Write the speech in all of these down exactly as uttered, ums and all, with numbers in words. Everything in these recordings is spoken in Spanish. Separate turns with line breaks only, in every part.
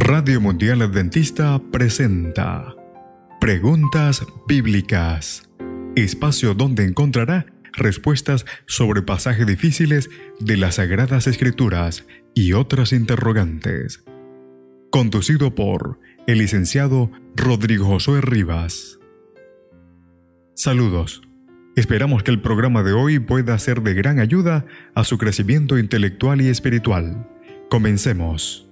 Radio Mundial Adventista presenta Preguntas Bíblicas, espacio donde encontrará respuestas sobre pasajes difíciles de las Sagradas Escrituras y otras interrogantes. Conducido por el licenciado Rodrigo Josué Rivas. Saludos. Esperamos que el programa de hoy pueda ser de gran ayuda a su crecimiento intelectual y espiritual. Comencemos.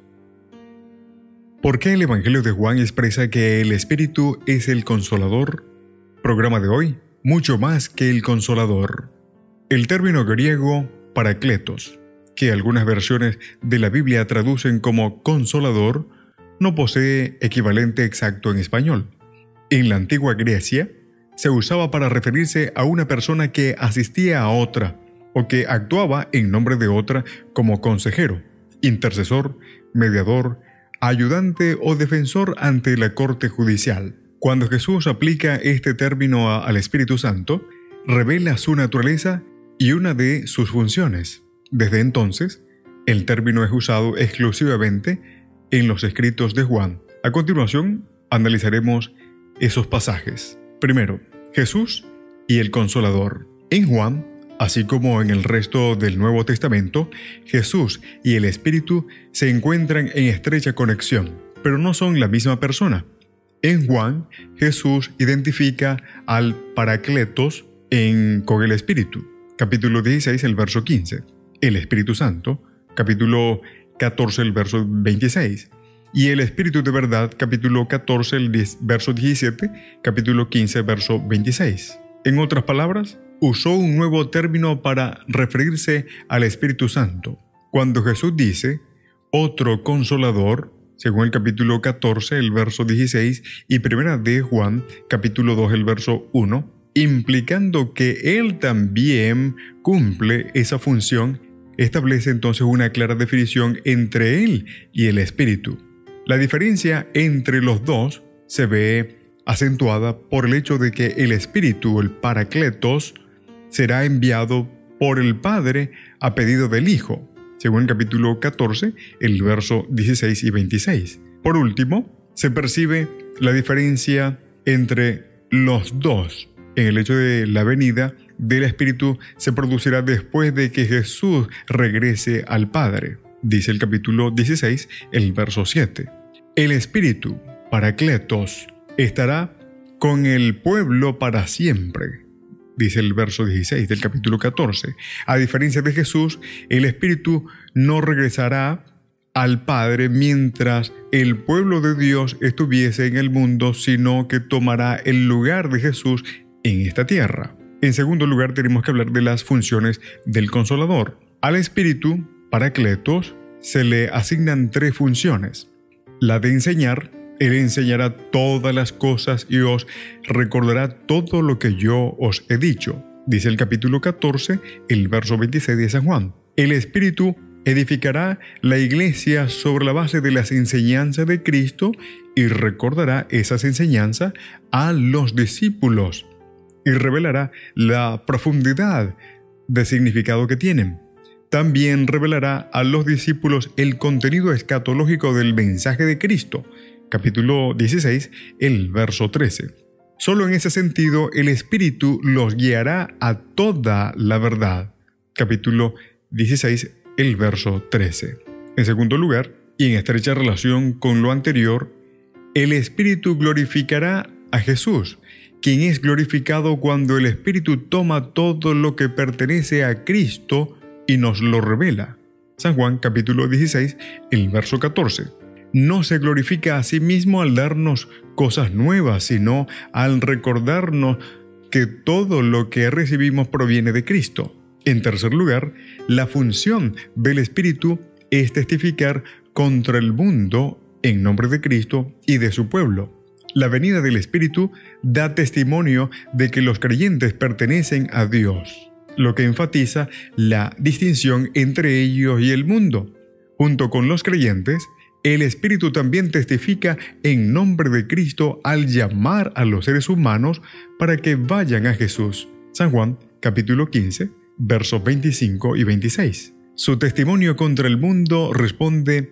¿Por qué el Evangelio de Juan expresa que el Espíritu es el Consolador? Programa de hoy, mucho más que el Consolador. El término griego parakletos, que algunas versiones de la Biblia traducen como Consolador, no posee equivalente exacto en español. En la antigua Grecia, se usaba para referirse a una persona que asistía a otra o que actuaba en nombre de otra como consejero, intercesor, mediador, ayudante o defensor ante la corte judicial. Cuando Jesús aplica este término a, al Espíritu Santo, revela su naturaleza y una de sus funciones. Desde entonces, el término es usado exclusivamente en los escritos de Juan. A continuación, analizaremos esos pasajes. Primero, Jesús y el Consolador. En Juan, así como en el resto del Nuevo Testamento, Jesús y el Espíritu se encuentran en estrecha conexión, pero no son la misma persona. En Juan, Jesús identifica al Parakletos en, con el Espíritu, capítulo dieciséis, el verso quince, el Espíritu Santo, capítulo catorce, el verso veintiséis, y el Espíritu de verdad, capítulo catorce, el verso diecisiete, capítulo quince, verso veintiséis. En otras palabras, usó un nuevo término para referirse al Espíritu Santo. Cuando Jesús dice, otro consolador, según el capítulo catorce, el verso dieciséis, y primera de Juan, capítulo dos, el verso uno, implicando que Él también cumple esa función, establece entonces una clara definición entre Él y el Espíritu. La diferencia entre los dos se ve acentuada por el hecho de que el Espíritu, el Parakletos, será enviado por el Padre a pedido del Hijo, según el capítulo catorce, el verso dieciséis y veintiséis. Por último, se percibe la diferencia entre los dos en el hecho de la venida del Espíritu se producirá después de que Jesús regrese al Padre, dice el capítulo dieciséis, el verso siete. El Espíritu, Parakletos, estará con el pueblo para siempre, dice el verso dieciséis del capítulo catorce. A diferencia de Jesús, el Espíritu no regresará al Padre mientras el pueblo de Dios estuviese en el mundo, sino que tomará el lugar de Jesús en esta tierra. En segundo lugar, tenemos que hablar de las funciones del Consolador. Al Espíritu, Parakletos, se le asignan tres funciones. La de enseñar. Él enseñará todas las cosas y os recordará todo lo que yo os he dicho, dice el capítulo catorce, el verso veintiséis de San Juan. El Espíritu edificará la iglesia sobre la base de las enseñanzas de Cristo y recordará esas enseñanzas a los discípulos y revelará la profundidad de significado que tienen. También revelará a los discípulos el contenido escatológico del mensaje de Cristo, capítulo dieciséis, el verso trece. Solo en ese sentido el Espíritu los guiará a toda la verdad, capítulo dieciséis, el verso trece. En segundo lugar, y en estrecha relación con lo anterior, el Espíritu glorificará a Jesús, quien es glorificado cuando el Espíritu toma todo lo que pertenece a Cristo y nos lo revela. San Juan, capítulo dieciséis, el verso catorce. No se glorifica a sí mismo al darnos cosas nuevas, sino al recordarnos que todo lo que recibimos proviene de Cristo. En tercer lugar, la función del Espíritu es testificar contra el mundo en nombre de Cristo y de su pueblo. La venida del Espíritu da testimonio de que los creyentes pertenecen a Dios, lo que enfatiza la distinción entre ellos y el mundo. Junto con los creyentes, el Espíritu también testifica en nombre de Cristo al llamar a los seres humanos para que vayan a Jesús. San Juan, capítulo quince, versos veinticinco y veintiséis. Su testimonio contra el mundo responde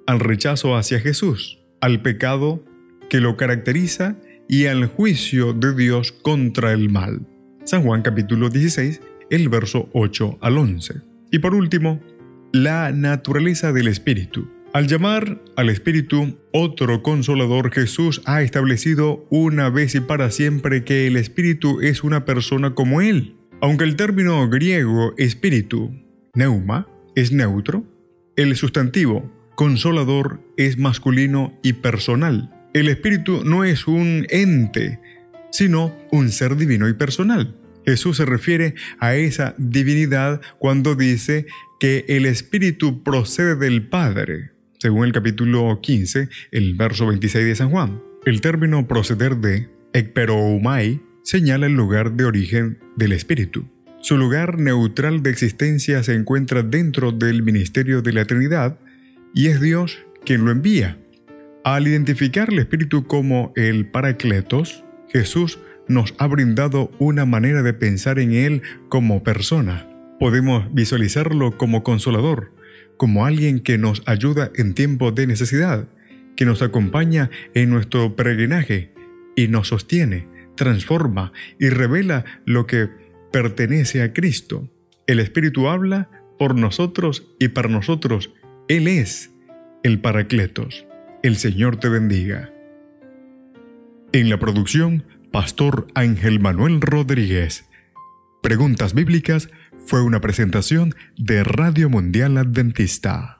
al rechazo hacia Jesús, al pecado que lo caracteriza y al juicio de Dios contra el mal. San Juan capítulo dieciséis, el verso ocho al once. Y por último, la naturaleza del Espíritu. Al llamar al Espíritu otro consolador, Jesús ha establecido una vez y para siempre que el Espíritu es una persona como Él. Aunque el término griego espíritu, pneuma, es neutro, el sustantivo consolador es masculino y personal. El Espíritu no es un ente, sino un ser divino y personal. Jesús se refiere a esa divinidad cuando dice que el Espíritu procede del Padre, según el capítulo quince, el verso veintiséis de San Juan. El término proceder de, ekperoumai, señala el lugar de origen del Espíritu. Su lugar neutral de existencia se encuentra dentro del ministerio de la Trinidad y es Dios quien lo envía. Al identificar el Espíritu como el Parakletos, Jesús nos ha brindado una manera de pensar en Él como persona. Podemos visualizarlo como consolador, como alguien que nos ayuda en tiempos de necesidad, que nos acompaña en nuestro peregrinaje y nos sostiene, transforma y revela lo que pertenece a Cristo. El Espíritu habla por nosotros y para nosotros. Él es el Parakletos. El Señor te bendiga. En la producción, Pastor Ángel Manuel Rodríguez. Preguntas Bíblicas fue una presentación de Radio Mundial Adventista.